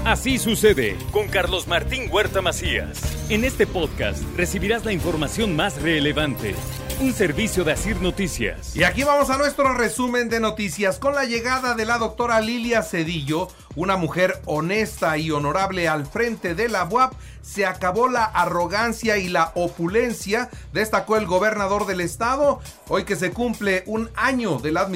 Así sucede con Carlos Martín Huerta Macías. En este podcast recibirás la información más relevante. Un servicio de Asir Noticias. Y aquí vamos a nuestro resumen de noticias. Con la llegada de la doctora Lilia Cedillo, una mujer honesta y honorable al frente de la UAP, se acabó la arrogancia y la opulencia, destacó el gobernador del estado, hoy que se cumple un año de la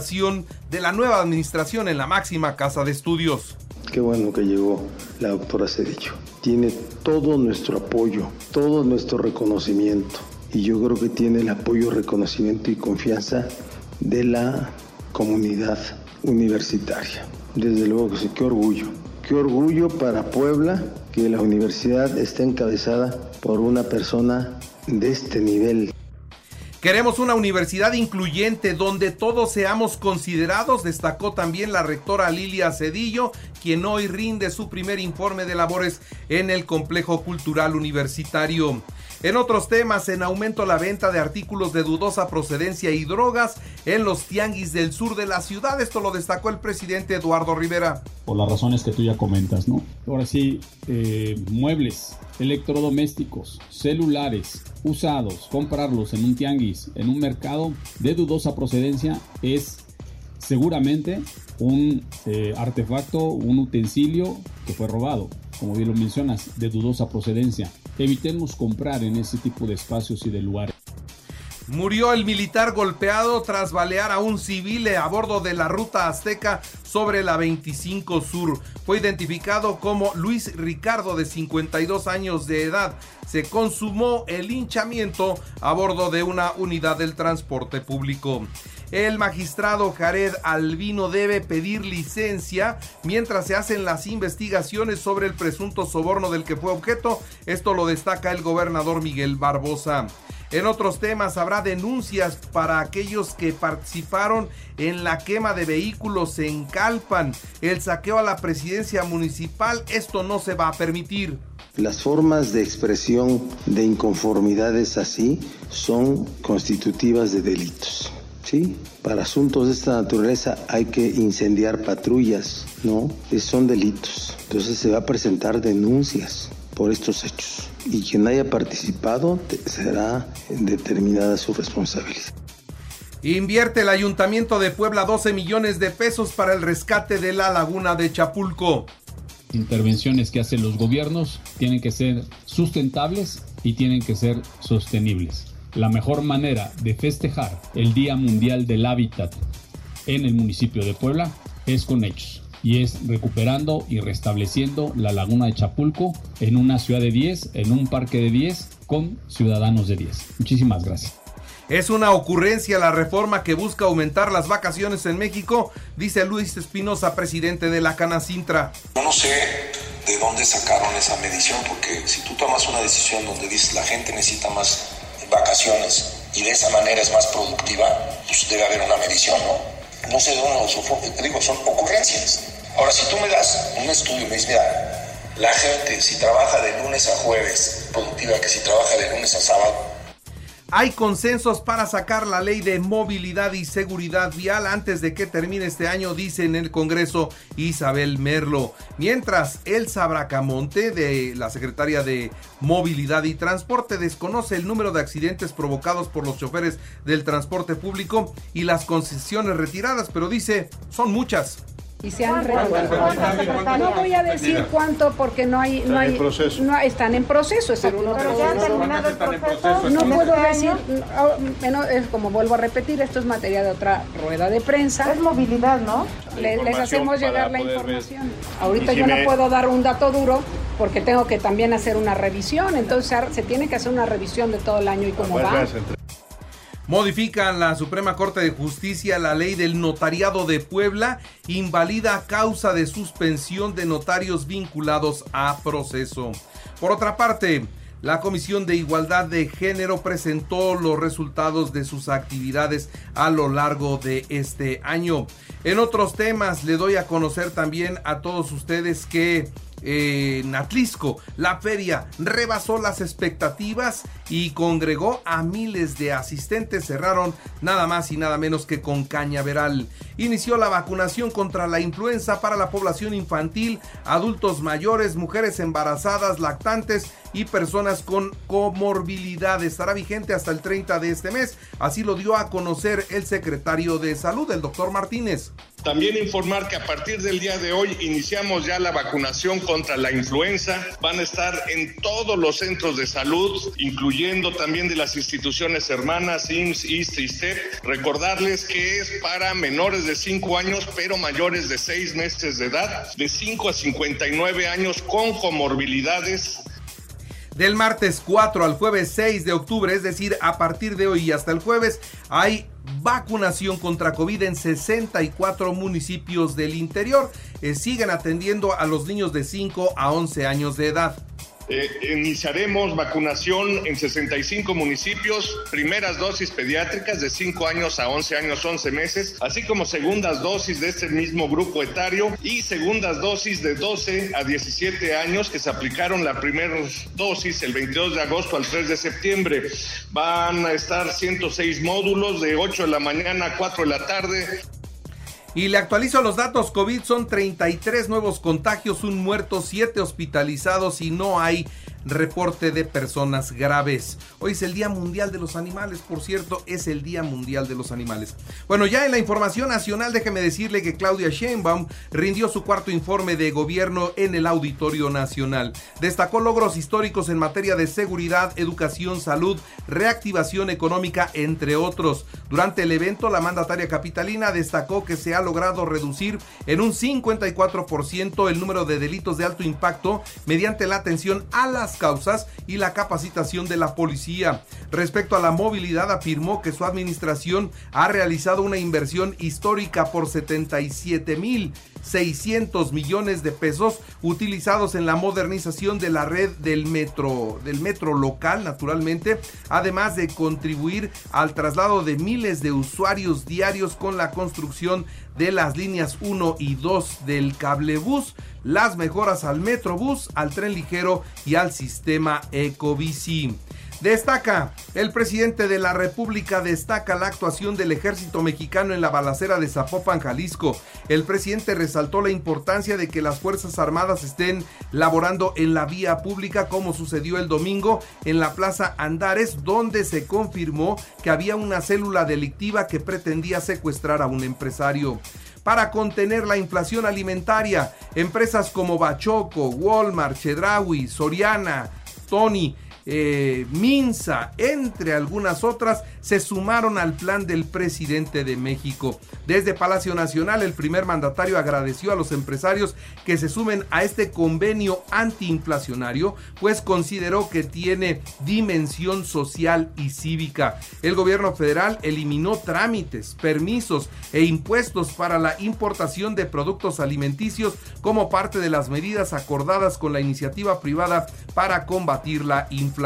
nueva administración en la máxima casa de estudios. Qué bueno que llegó la doctora Cedillo. Tiene todo nuestro apoyo, todo nuestro reconocimiento. Y yo creo que tiene el apoyo, reconocimiento y confianza de la comunidad universitaria. Desde luego que sí, qué orgullo para Puebla que la universidad esté encabezada por una persona de este nivel. Queremos una universidad incluyente donde todos seamos considerados, destacó también la rectora Lilia Cedillo, quien hoy rinde su primer informe de labores en el complejo cultural universitario. En otros temas, en aumento la venta de artículos de dudosa procedencia y drogas en los tianguis del sur de la ciudad. Esto lo destacó el presidente Eduardo Rivera. Por las razones que tú ya comentas, ¿no? Ahora sí, muebles, electrodomésticos, celulares usados, comprarlos en un tianguis, en un mercado de dudosa procedencia es seguramente un artefacto, un utensilio que fue robado, como bien lo mencionas, de dudosa procedencia. Evitemos comprar en ese tipo de espacios y de lugares. Murió el militar golpeado tras balear a un civil a bordo de la ruta azteca sobre la 25 Sur. Fue identificado como Luis Ricardo, de 52 años de edad. Se consumó el linchamiento a bordo de una unidad del transporte público. El magistrado Jared Albino debe pedir licencia mientras se hacen las investigaciones sobre el presunto soborno del que fue objeto. Esto lo destaca el gobernador Miguel Barbosa. En otros temas, habrá denuncias para aquellos que participaron en la quema de vehículos en Calpan, el saqueo a la presidencia municipal. Esto no se va a permitir. Las formas de expresión de inconformidades así son constitutivas de delitos. ¿Sí? Para asuntos de esta naturaleza hay que incendiar patrullas, ¿no? Son delitos. Entonces se va a presentar denuncias por estos hechos. Y quien haya participado será determinada su responsabilidad. Invierte el Ayuntamiento de Puebla 12 millones de pesos para el rescate de la laguna de Chapulco. Intervenciones que hacen los gobiernos tienen que ser sustentables y tienen que ser sostenibles. La mejor manera de festejar el Día Mundial del Hábitat en el municipio de Puebla es con hechos. Y es recuperando y restableciendo la laguna de Chapulco en una ciudad de 10, en un parque de 10, con ciudadanos de 10. Muchísimas gracias. Es una ocurrencia la reforma que busca aumentar las vacaciones en México, dice Luis Espinosa, presidente de la Canacintra. Yo no sé de dónde sacaron esa medición, porque si tú tomas una decisión donde dices la gente necesita más vacaciones y de esa manera es más productiva, pues debe haber una medición, ¿no? No sé de dónde lo sofoque, te digo, son ocurrencias. Ahora, si tú me das un estudio y me dices, mira, la gente si trabaja de lunes a jueves productiva que si trabaja de lunes a sábado. Hay consensos para sacar la ley de movilidad y seguridad vial antes de que termine este año, dice en el Congreso Isabel Merlo. Mientras Elsa Bracamonte, de la Secretaría de Movilidad y Transporte, desconoce el número de accidentes provocados por los choferes del transporte público y las concesiones retiradas, pero dice, son muchas. Y se han no voy a decir cuánto porque no están en proceso, exacto. Pero ya han terminado el proceso. No puedo decir, es como vuelvo a repetir, esto es materia de otra rueda de prensa. Es movilidad, ¿no? Les hacemos llegar la información. Ahorita yo no puedo dar un dato duro porque tengo que también hacer una revisión, entonces se tiene que hacer una revisión de todo el año y cómo va. Modifican la Suprema Corte de Justicia la ley del notariado de Puebla, invalida causa de suspensión de notarios vinculados a proceso. Por otra parte, la Comisión de Igualdad de Género presentó los resultados de sus actividades a lo largo de este año. En otros temas, le doy a conocer también a todos ustedes que en Atlisco. La feria rebasó las expectativas y congregó a miles de asistentes. Cerraron nada más y nada menos que con Cañaveral. Inició la vacunación contra la influenza para la población infantil, adultos mayores, mujeres embarazadas, lactantes y personas con comorbilidad. Estará vigente hasta el 30 de este mes. Así lo dio a conocer el secretario de Salud, el doctor Martínez. También informar que a partir del día de hoy iniciamos ya la vacunación contra la influenza. Van a estar en todos los centros de salud, incluyendo también de las instituciones hermanas, IMSS, ISSSTE y STEP. Recordarles que es para menores de 5 años, pero mayores de 6 meses de edad, de 5 a 59 años con comorbilidades. Del martes 4 al jueves 6 de octubre, es decir, a partir de hoy y hasta el jueves, hay vacunación contra COVID en 64 municipios del interior. Siguen atendiendo a los niños de 5 a 11 años de edad. Iniciaremos vacunación en 65 municipios, primeras dosis pediátricas de 5 años a 11 años, 11 meses, así como segundas dosis de este mismo grupo etario y segundas dosis de 12 a 17 años que se aplicaron la primera dosis el 22 de agosto al 3 de septiembre. Van a estar 106 módulos de 8 de la mañana a 4 de la tarde. Y le actualizo los datos COVID, son 33 nuevos contagios, 1 muerto, 7 hospitalizados y no hay reporte de personas graves. Hoy es el Día Mundial de los Animales, por cierto, es el Día Mundial de los Animales. Bueno, ya en la información nacional, déjeme decirle que Claudia Sheinbaum rindió su cuarto informe de gobierno en el Auditorio Nacional. Destacó logros históricos en materia de seguridad, educación, salud, reactivación económica, entre otros. Durante el evento, la mandataria capitalina destacó que se ha logrado reducir en un 54% el número de delitos de alto impacto mediante la atención a las causas y la capacitación de la policía. Respecto a la movilidad, afirmó que su administración ha realizado una inversión histórica por 77,600 millones de pesos utilizados en la modernización de la red del metro local, naturalmente, además de contribuir al traslado de miles de usuarios diarios con la construcción de las líneas 1 y 2 del cablebús, las mejoras al Metrobús, al tren ligero y al sistema Ecobici. Destaca, el presidente de la República destaca la actuación del ejército mexicano en la balacera de Zapopan, Jalisco. El presidente resaltó la importancia de que las Fuerzas Armadas estén laborando en la vía pública, como sucedió el domingo en la Plaza Andares, donde se confirmó que había una célula delictiva que pretendía secuestrar a un empresario. Para contener la inflación alimentaria, empresas como Bachoco, Walmart, Chedraui, Soriana, Tony, Minsa, entre algunas otras, se sumaron al plan del presidente de México. Desde Palacio Nacional, el primer mandatario agradeció a los empresarios que se sumen a este convenio antiinflacionario, pues consideró que tiene dimensión social y cívica. El gobierno federal eliminó trámites, permisos e impuestos para la importación de productos alimenticios como parte de las medidas acordadas con la iniciativa privada para combatir la inflación.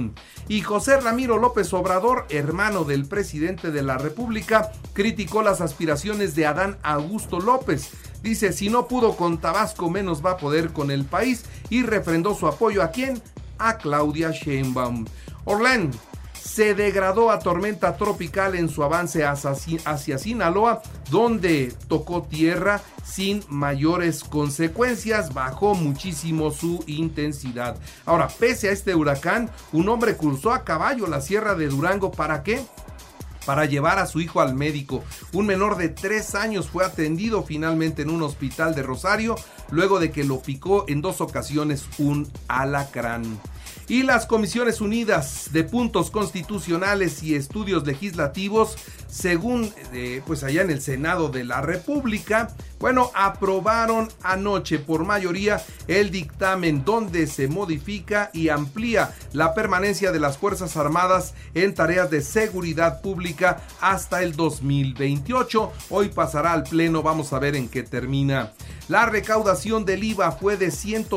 Y José Ramiro López Obrador, hermano del presidente de la República, criticó las aspiraciones de Adán Augusto López. Dice, si no pudo con Tabasco, menos va a poder con el país, y refrendó su apoyo ¿a quién? A Claudia Sheinbaum. Orlán se degradó a tormenta tropical en su avance hacia Sinaloa, donde tocó tierra sin mayores consecuencias, bajó muchísimo su intensidad. Ahora, pese a este huracán, un hombre cruzó a caballo la sierra de Durango. ¿Para qué? Para llevar a su hijo al médico. Un menor de 3 años fue atendido finalmente en un hospital de Rosario, luego de que lo picó en 2 ocasiones un alacrán. Y las Comisiones Unidas de Puntos Constitucionales y Estudios Legislativos, según pues allá en el Senado de la República, bueno, aprobaron anoche por mayoría el dictamen donde se modifica y amplía la permanencia de las Fuerzas Armadas en tareas de seguridad pública hasta el 2028. Hoy pasará al Pleno, vamos a ver en qué termina. La recaudación del IVA fue de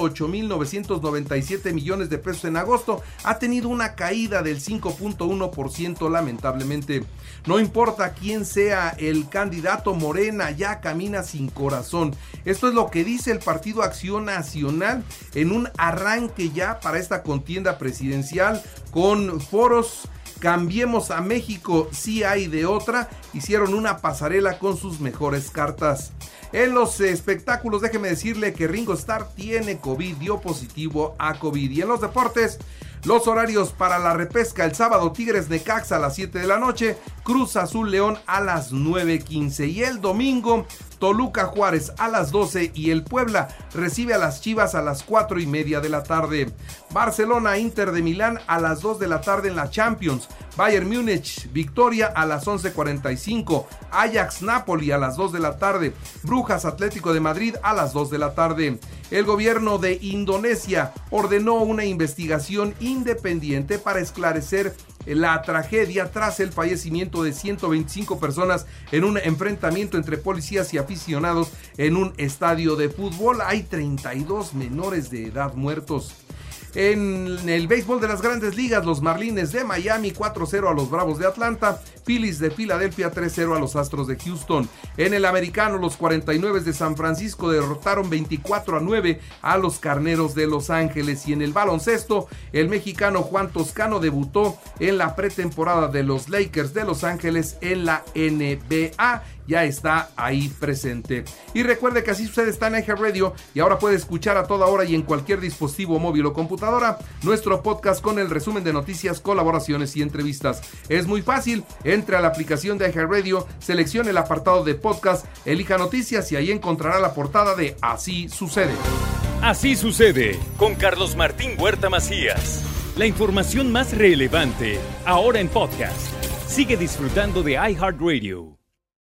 108,997 millones de pesos en agosto. Ha tenido una caída del 5.1%, lamentablemente. No importa quién sea el candidato, Morena ya camina sin corazón. Esto es lo que dice el Partido Acción Nacional en un arranque ya para esta contienda presidencial con foros. Cambiemos a México, si hay de otra. Hicieron una pasarela con sus mejores cartas. En los espectáculos, déjeme decirle que Ringo Starr tiene COVID, dio positivo a COVID. Y en los deportes, los horarios para la repesca: el sábado Tigres Necaxa a las 7 de la noche, Cruz Azul León a las 9:15. Y el domingo, Toluca Juárez a las 12 y el Puebla recibe a las Chivas a las 4:30 de la tarde. Barcelona Inter de Milán a las 2 de la tarde en la Champions. Bayern Múnich Victoria a las 11:45. Ajax Napoli a las 2 de la tarde. Brujas Atlético de Madrid a las 2 de la tarde. El gobierno de Indonesia ordenó una investigación independiente para esclarecer la tragedia tras el fallecimiento de 125 personas en un enfrentamiento entre policías y aficionados en un estadio de fútbol. Hay 32 menores de edad muertos. En el béisbol de las Grandes Ligas, los Marlins de Miami 4-0 a los Bravos de Atlanta, Phillies de Filadelfia 3-0 a los Astros de Houston. En el americano, los 49 de San Francisco derrotaron 24-9 a los Carneros de Los Ángeles. Y en el baloncesto, el mexicano Juan Toscano debutó en la pretemporada de los Lakers de Los Ángeles en la NBA. Ya está ahí presente. Y recuerde que Así Sucede está en iHeartRadio y ahora puede escuchar a toda hora y en cualquier dispositivo móvil o computadora nuestro podcast con el resumen de noticias, colaboraciones y entrevistas. Es muy fácil, entre a la aplicación de iHeartRadio, seleccione el apartado de podcast, elija noticias y ahí encontrará la portada de Así Sucede. Así Sucede con Carlos Martín Huerta Macías. La información más relevante ahora en podcast. Sigue disfrutando de iHeartRadio.